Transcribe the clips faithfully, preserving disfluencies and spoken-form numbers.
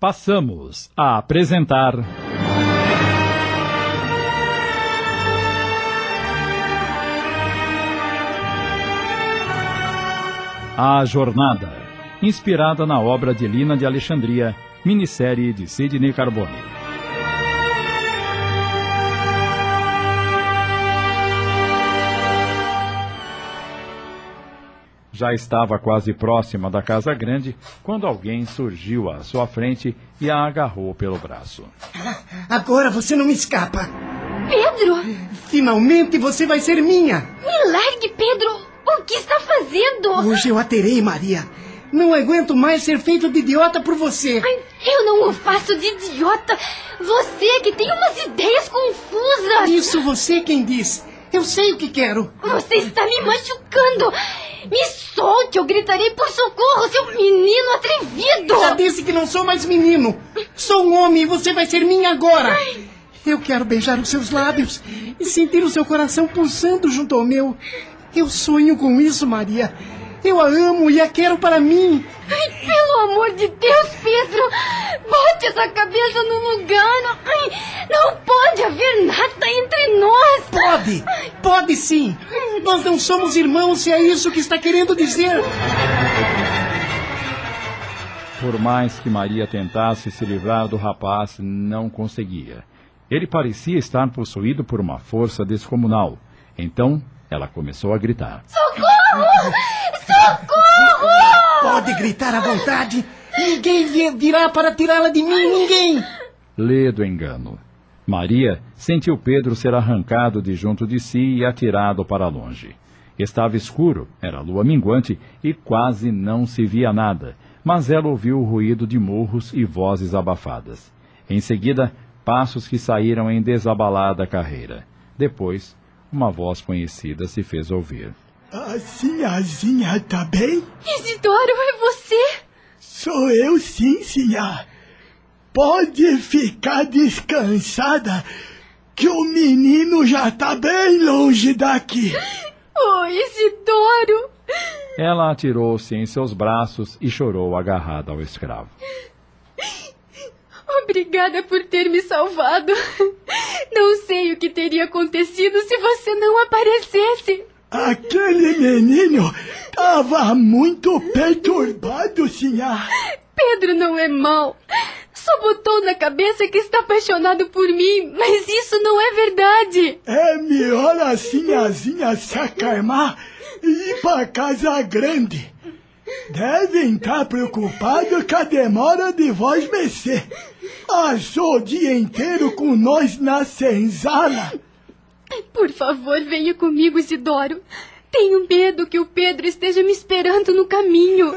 passamos a apresentar... A Jornada, inspirada na obra de Lina de Alexandria, minissérie de Sidney Carbone. Já estava quase próxima da casa grande quando alguém surgiu à sua frente e a agarrou pelo braço. Agora você não me escapa. Pedro! Finalmente você vai ser minha. Me largue, Pedro! O que está fazendo? Hoje eu a terei, Maria. Não aguento mais ser feito de idiota por você. Ai, eu não o faço de idiota. Você que tem umas ideias confusas. Isso você quem diz. Eu sei o que quero. Você está me machucando. Me solte, eu gritarei por socorro, seu menino atrevido. Já disse que não sou mais menino. Sou um homem e você vai ser minha agora. Ai. Eu quero beijar os seus lábios e sentir o seu coração pulsando junto ao meu. Eu sonho com isso, Maria. Eu a amo e a quero para mim. Ai, pelo amor de Deus, Pedro. Bote essa cabeça no lugar. Ai, não pode haver nada entre nós. Pode, pode sim. Nós não somos irmãos, se é isso que está querendo dizer. Por mais que Maria tentasse se livrar do rapaz, não conseguia. Ele parecia estar possuído por uma força descomunal. Então... ela começou a gritar. Socorro! Socorro! Pode gritar à vontade. Ninguém virá para tirá-la de mim, ninguém. Lê do engano. Maria sentiu Pedro ser arrancado de junto de si e atirado para longe. Estava escuro, era lua minguante e quase não se via nada, mas ela ouviu o ruído de murros e vozes abafadas. Em seguida, passos que saíram em desabalada carreira. Depois... uma voz conhecida se fez ouvir. A sinhazinha tá bem? Isidoro, é você? Sou eu sim, sinhá. Pode ficar descansada, que o menino já tá bem longe daqui. Oh, Isidoro! Ela atirou-se em seus braços e chorou agarrada ao escravo. Obrigada por ter me salvado. Não sei o que teria acontecido se você não aparecesse. Aquele menino estava muito perturbado, sinhá. Pedro não é mau. Só botou na cabeça que está apaixonado por mim, mas isso não é verdade. É melhor a sinhazinha se acalmar e ir para casa grande. Devem estar preocupados com a demora de vós mexer. Passou o dia inteiro com nós na senzala. Por favor, venha comigo, Isidoro. Tenho medo que o Pedro esteja me esperando no caminho.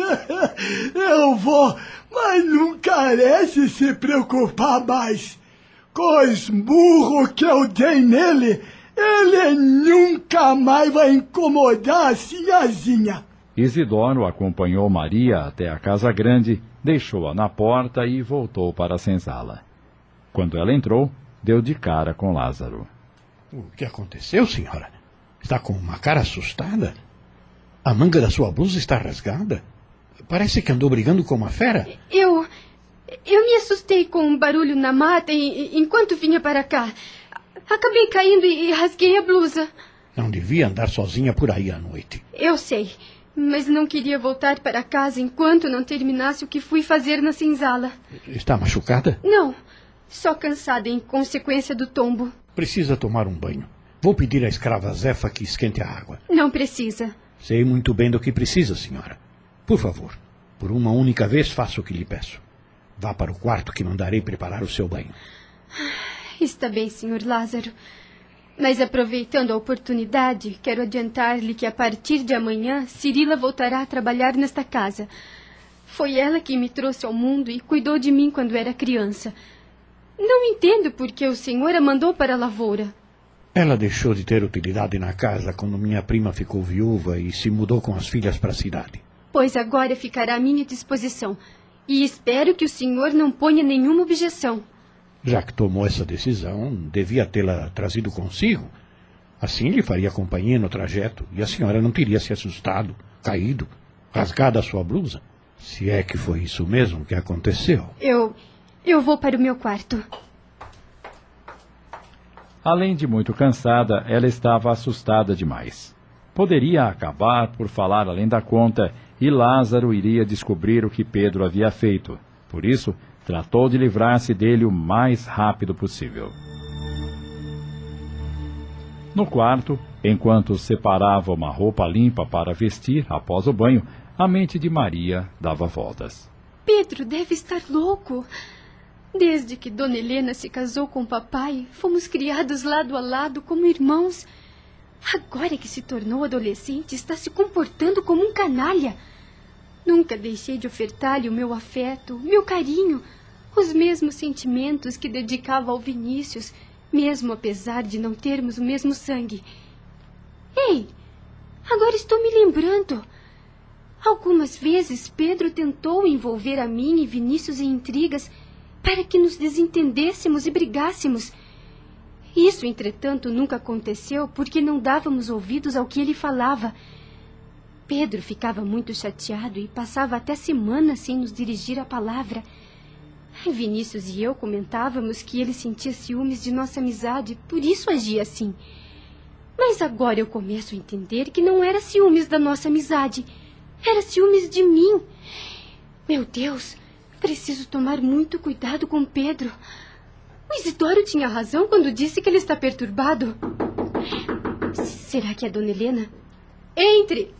Eu vou, mas não carece se preocupar mais. Com os burros que eu dei nele, ele nunca mais vai incomodar a sinhazinha. Isidoro acompanhou Maria até a casa grande, deixou-a na porta e voltou para a senzala. Quando ela entrou, deu de cara com Lázaro. O que aconteceu, senhora? Está com uma cara assustada? A manga da sua blusa está rasgada? Parece que andou brigando com uma fera. Eu... eu me assustei com um barulho na mata e, enquanto vinha para cá. Acabei caindo e rasguei a blusa. Não devia andar sozinha por aí à noite. Eu sei, mas não queria voltar para casa enquanto não terminasse o que fui fazer na senzala. Está machucada? Não, só cansada em consequência do tombo. Precisa tomar um banho. Vou pedir à escrava Zefa que esquente a água. Não precisa. Sei muito bem do que precisa, senhora. Por favor, por uma única vez faça o que lhe peço. Vá para o quarto que mandarei preparar o seu banho. Está bem, senhor Lázaro. Mas aproveitando a oportunidade, quero adiantar-lhe que a partir de amanhã, Cirila voltará a trabalhar nesta casa. Foi ela que me trouxe ao mundo e cuidou de mim quando era criança. Não entendo por que o senhor a mandou para a lavoura. Ela deixou de ter utilidade na casa quando minha prima ficou viúva e se mudou com as filhas para a cidade. Pois agora ficará à minha disposição. E espero que o senhor não ponha nenhuma objeção. Já que tomou essa decisão, devia tê-la trazido consigo. Assim lhe faria companhia no trajeto e a senhora não teria se assustado, caído, rasgado a sua blusa. Se é que foi isso mesmo que aconteceu. Eu... eu vou para o meu quarto. Além de muito cansada, ela estava assustada demais. Poderia acabar por falar além da conta e Lázaro iria descobrir o que Pedro havia feito. Por isso, tratou de livrar-se dele o mais rápido possível. No quarto, enquanto separava uma roupa limpa para vestir após o banho, a mente de Maria dava voltas. Pedro deve estar louco. Desde que Dona Helena se casou com o papai, fomos criados lado a lado como irmãos. Agora que se tornou adolescente, está se comportando como um canalha. Nunca deixei de ofertar-lhe o meu afeto, meu carinho, os mesmos sentimentos que dedicava ao Vinícius, mesmo apesar de não termos o mesmo sangue. Ei, agora estou me lembrando. Algumas vezes Pedro tentou envolver a mim e Vinícius em intrigas para que nos desentendêssemos e brigássemos. Isso, entretanto, nunca aconteceu porque não dávamos ouvidos ao que ele falava. Pedro ficava muito chateado e passava até semanas sem nos dirigir a palavra. Vinícius e eu comentávamos que ele sentia ciúmes de nossa amizade, por isso agia assim. Mas agora eu começo a entender que não era ciúmes da nossa amizade, era ciúmes de mim. Meu Deus, preciso tomar muito cuidado com Pedro. O Isidoro tinha razão quando disse que ele está perturbado. Será que é a Dona Helena? Entre!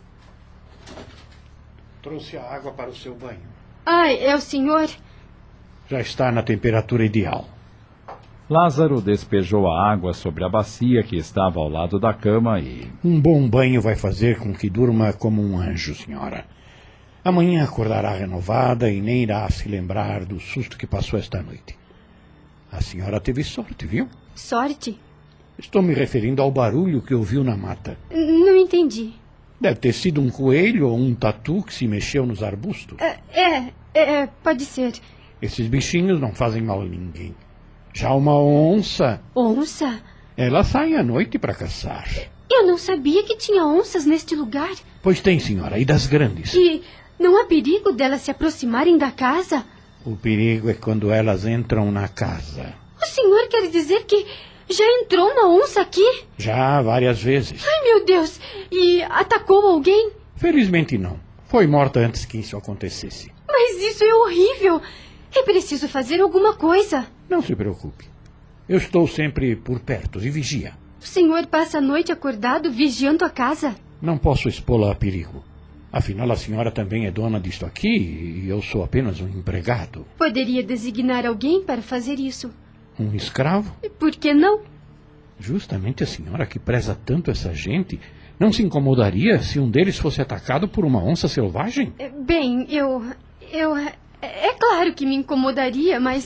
Trouxe a água para o seu banho. Ai, é o senhor? Já está na temperatura ideal. Lázaro despejou a água sobre a bacia que estava ao lado da cama e... Um bom banho vai fazer com que durma como um anjo, senhora. Amanhã acordará renovada e nem irá se lembrar do susto que passou esta noite. A senhora teve sorte, viu? Sorte? Estou me referindo ao barulho que ouviu na mata. Não entendi. Deve ter sido um coelho ou um tatu que se mexeu nos arbustos. É, é, é pode ser. Esses bichinhos não fazem mal a ninguém. Já uma onça... Onça? Ela sai à noite para caçar. Eu não sabia que tinha onças neste lugar. Pois tem, senhora, e das grandes. E não há perigo delas se aproximarem da casa? O perigo é quando elas entram na casa. O senhor quer dizer que já entrou uma onça aqui? Já, várias vezes. Ai, meu Deus! E atacou alguém? Felizmente não. Foi morta antes que isso acontecesse. Mas isso é horrível! É preciso fazer alguma coisa. Não se preocupe. Eu estou sempre por perto e vigia. O senhor passa a noite acordado vigiando a casa? Não posso expô-la a perigo. Afinal, a senhora também é dona disto aqui e eu sou apenas um empregado. Poderia designar alguém para fazer isso. Um escravo? Por que não? Justamente a senhora que preza tanto essa gente não se incomodaria se um deles fosse atacado por uma onça selvagem? Bem, eu... eu... É claro que me incomodaria, mas...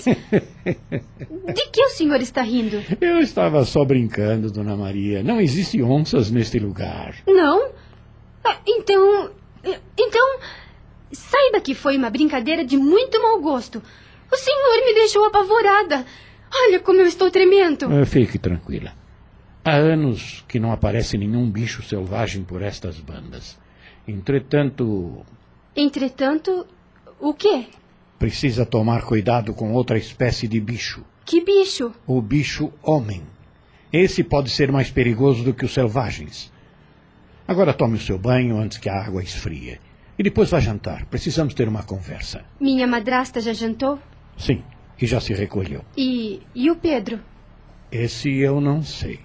De que o senhor está rindo? Eu estava só brincando, dona Maria. Não existem onças neste lugar. Não? Então... Então... Saiba que foi uma brincadeira de muito mau gosto. O senhor me deixou apavorada. Olha como eu estou tremendo. Ah, fique tranquila. Há anos que não aparece nenhum bicho selvagem por estas bandas. Entretanto... Entretanto, o quê? Precisa tomar cuidado com outra espécie de bicho. Que bicho? O bicho homem. Esse pode ser mais perigoso do que os selvagens. Agora tome o seu banho antes que a água esfrie. E depois vá jantar. Precisamos ter uma conversa. Minha madrasta já jantou? Sim, e já se recolheu. E, e o Pedro? Esse eu não sei.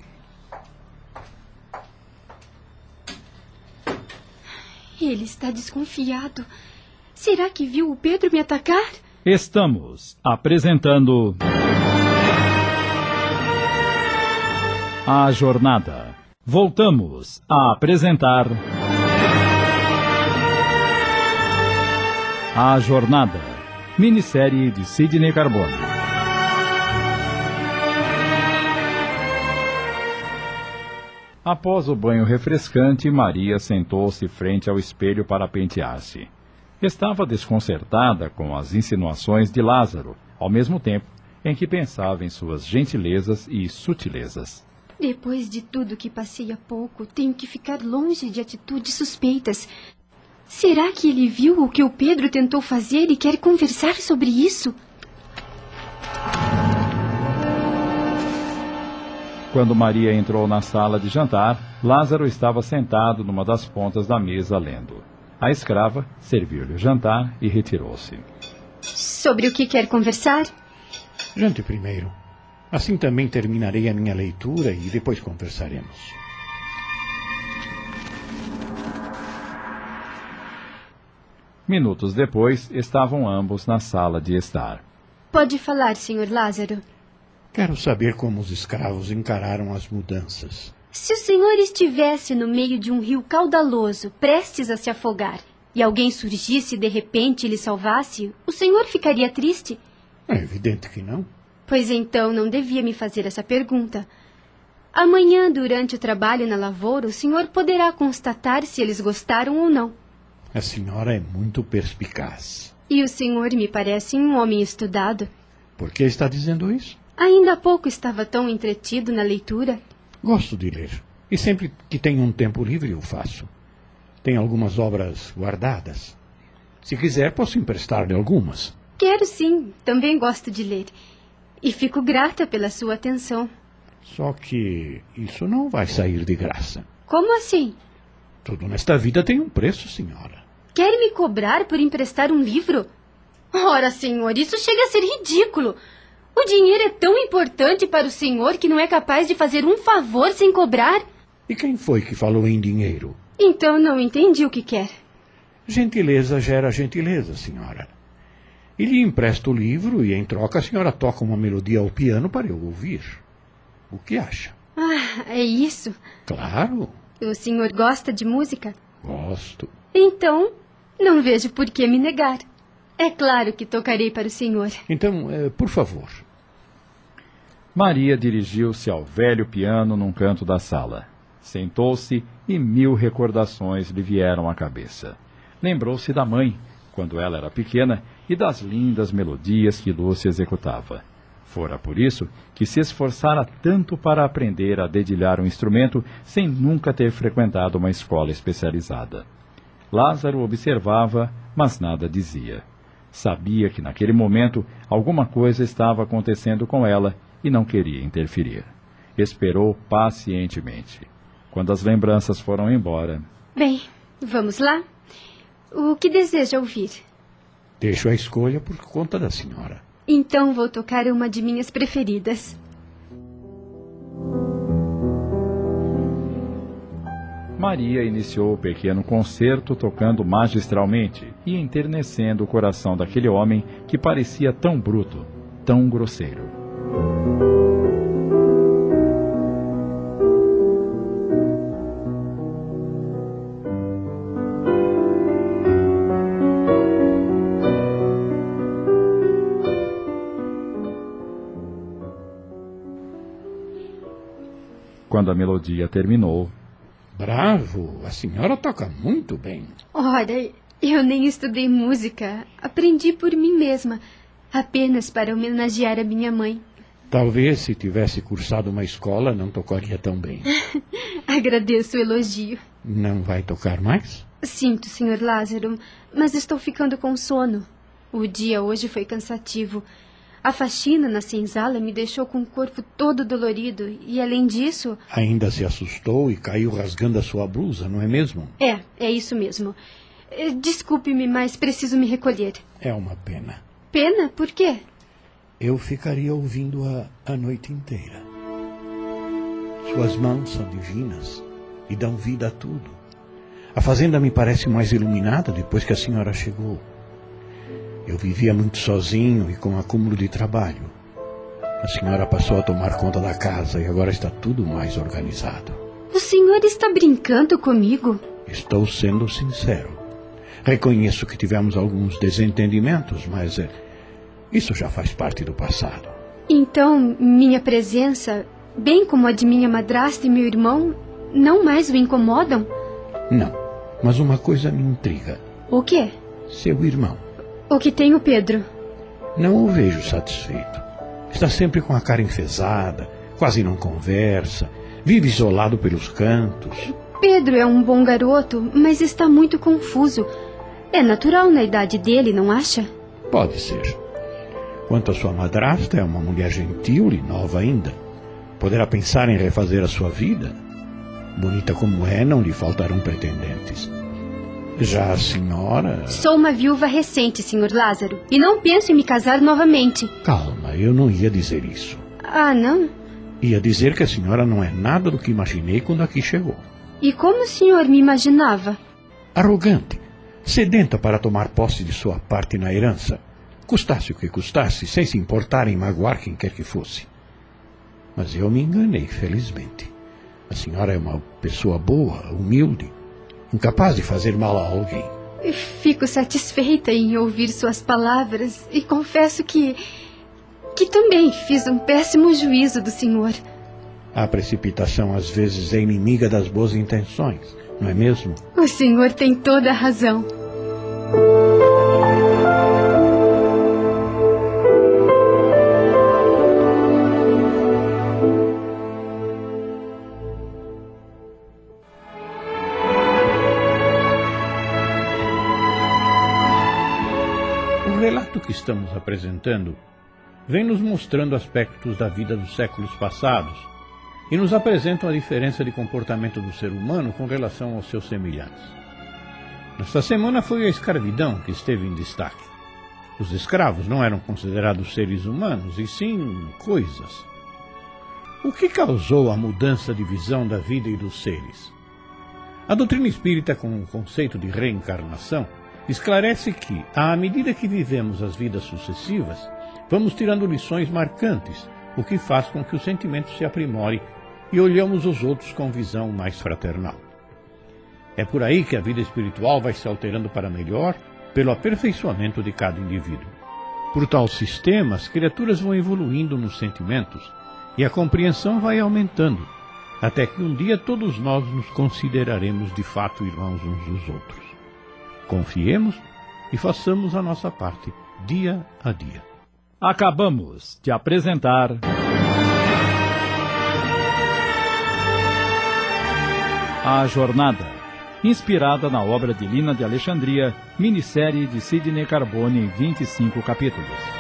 Ele está desconfiado. Será que viu o Pedro me atacar? Estamos apresentando... A Jornada. Voltamos a apresentar... A Jornada. Minissérie de Sidney Carbone. Após o banho refrescante, Maria sentou-se frente ao espelho para pentear-se. Estava desconcertada com as insinuações de Lázaro, ao mesmo tempo em que pensava em suas gentilezas e sutilezas. Depois de tudo que passei há pouco, tenho que ficar longe de atitudes suspeitas. Será que ele viu o que o Pedro tentou fazer e quer conversar sobre isso? Quando Maria entrou na sala de jantar, Lázaro estava sentado numa das pontas da mesa lendo. A escrava serviu-lhe o jantar e retirou-se. Sobre o que quer conversar? Jante primeiro. Assim também terminarei a minha leitura e depois conversaremos. Minutos depois, estavam ambos na sala de estar. Pode falar, senhor Lázaro. Quero saber como os escravos encararam as mudanças. Se o senhor estivesse no meio de um rio caudaloso, prestes a se afogar, e alguém surgisse de repente e lhe salvasse, o senhor ficaria triste? É evidente que não. Pois então não devia me fazer essa pergunta. Amanhã, durante o trabalho na lavoura, o senhor poderá constatar se eles gostaram ou não. A senhora é muito perspicaz. E o senhor me parece um homem estudado. Por que está dizendo isso? Ainda há pouco estava tão entretido na leitura. Gosto de ler. E sempre que tenho um tempo livre, eu faço. Tenho algumas obras guardadas. Se quiser, posso emprestar-lhe algumas. Quero sim. Também gosto de ler. E fico grata pela sua atenção. Só que isso não vai sair de graça. Como assim? Tudo nesta vida tem um preço, senhora. Quer me cobrar por emprestar um livro? Ora, senhor, isso chega a ser ridículo. O dinheiro é tão importante para o senhor que não é capaz de fazer um favor sem cobrar? E quem foi que falou em dinheiro? Então não entendi o que quer. Gentileza gera gentileza, senhora. E lhe empresto o livro e, em troca, a senhora toca uma melodia ao piano para eu ouvir. O que acha? Ah, é isso? Claro. O senhor gosta de música? Gosto. Então, não vejo por que me negar. É claro que tocarei para o senhor. Então, eh, por favor. Maria dirigiu-se ao velho piano num canto da sala. Sentou-se e mil recordações lhe vieram à cabeça. Lembrou-se da mãe, quando ela era pequena, e das lindas melodias que Lúcia executava. Fora por isso que se esforçara tanto para aprender a dedilhar um instrumento sem nunca ter frequentado uma escola especializada. Lázaro observava, mas nada dizia. Sabia que naquele momento alguma coisa estava acontecendo com ela e não queria interferir. Esperou pacientemente. Quando as lembranças foram embora... Bem, vamos lá? O que deseja ouvir? Deixo a escolha por conta da senhora. Então vou tocar uma de minhas preferidas. Maria iniciou o pequeno concerto tocando magistralmente e enternecendo o coração daquele homem que parecia tão bruto, tão grosseiro. Quando a melodia terminou... Bravo! A senhora toca muito bem. Ora, eu nem estudei música. Aprendi por mim mesma. Apenas para homenagear a minha mãe. Talvez se tivesse cursado uma escola, não tocaria tão bem. Agradeço o elogio. Não vai tocar mais? Sinto, senhor Lázaro, mas estou ficando com sono. O dia hoje foi cansativo. A faxina na senzala me deixou com o corpo todo dolorido e, além disso... Ainda se assustou e caiu rasgando a sua blusa, não é mesmo? É, é isso mesmo. Desculpe-me, mas preciso me recolher. É uma pena. Pena? Por quê? Eu ficaria ouvindo-a a noite inteira. Suas mãos são divinas e dão vida a tudo. A fazenda me parece mais iluminada depois que a senhora chegou. Eu vivia muito sozinho e com acúmulo de trabalho. A senhora passou a tomar conta da casa e agora está tudo mais organizado. O senhor está brincando comigo? Estou sendo sincero. Reconheço que tivemos alguns desentendimentos, mas é, isso já faz parte do passado. Então, minha presença, bem como a de minha madrasta e meu irmão, não mais o incomodam? Não, mas uma coisa me intriga. O quê? Seu irmão. O que tem o Pedro? Não o vejo satisfeito. Está sempre com a cara enfesada, quase não conversa, vive isolado pelos cantos. Pedro é um bom garoto, mas está muito confuso. É natural na idade dele, não acha? Pode ser. Quanto à sua madrasta, é uma mulher gentil e nova ainda. Poderá pensar em refazer a sua vida. Bonita como é, não lhe faltarão pretendentes. Já a senhora... Sou uma viúva recente, senhor Lázaro, e não penso em me casar novamente. Calma, eu não ia dizer isso. Ah, não? Ia dizer que a senhora não é nada do que imaginei quando aqui chegou. E como o senhor me imaginava? Arrogante, sedenta para tomar posse de sua parte na herança, custasse o que custasse, sem se importar em magoar quem quer que fosse. Mas eu me enganei, felizmente. A senhora é uma pessoa boa, humilde, incapaz de fazer mal a alguém. Fico satisfeita em ouvir suas palavras e confesso que... que também fiz um péssimo juízo do senhor. A precipitação às vezes é inimiga das boas intenções, não é mesmo? O senhor tem toda a razão. O relato que estamos apresentando vem nos mostrando aspectos da vida dos séculos passados e nos apresentam a diferença de comportamento do ser humano com relação aos seus semelhantes. Nesta semana foi a escravidão que esteve em destaque. Os escravos não eram considerados seres humanos, e sim coisas. O que causou a mudança de visão da vida e dos seres? A doutrina espírita, com o conceito de reencarnação, esclarece que, à medida que vivemos as vidas sucessivas, vamos tirando lições marcantes, o que faz com que o sentimento se aprimore e olhamos os outros com visão mais fraternal. É por aí que a vida espiritual vai se alterando para melhor, pelo aperfeiçoamento de cada indivíduo. Por tal sistema, as criaturas vão evoluindo nos sentimentos e a compreensão vai aumentando, até que um dia todos nós nos consideraremos de fato irmãos uns dos outros. Confiemos e façamos a nossa parte, dia a dia. Acabamos de apresentar... A Jornada, inspirada na obra de Lina de Alexandria, minissérie de Sidney Carbone em vinte e cinco capítulos.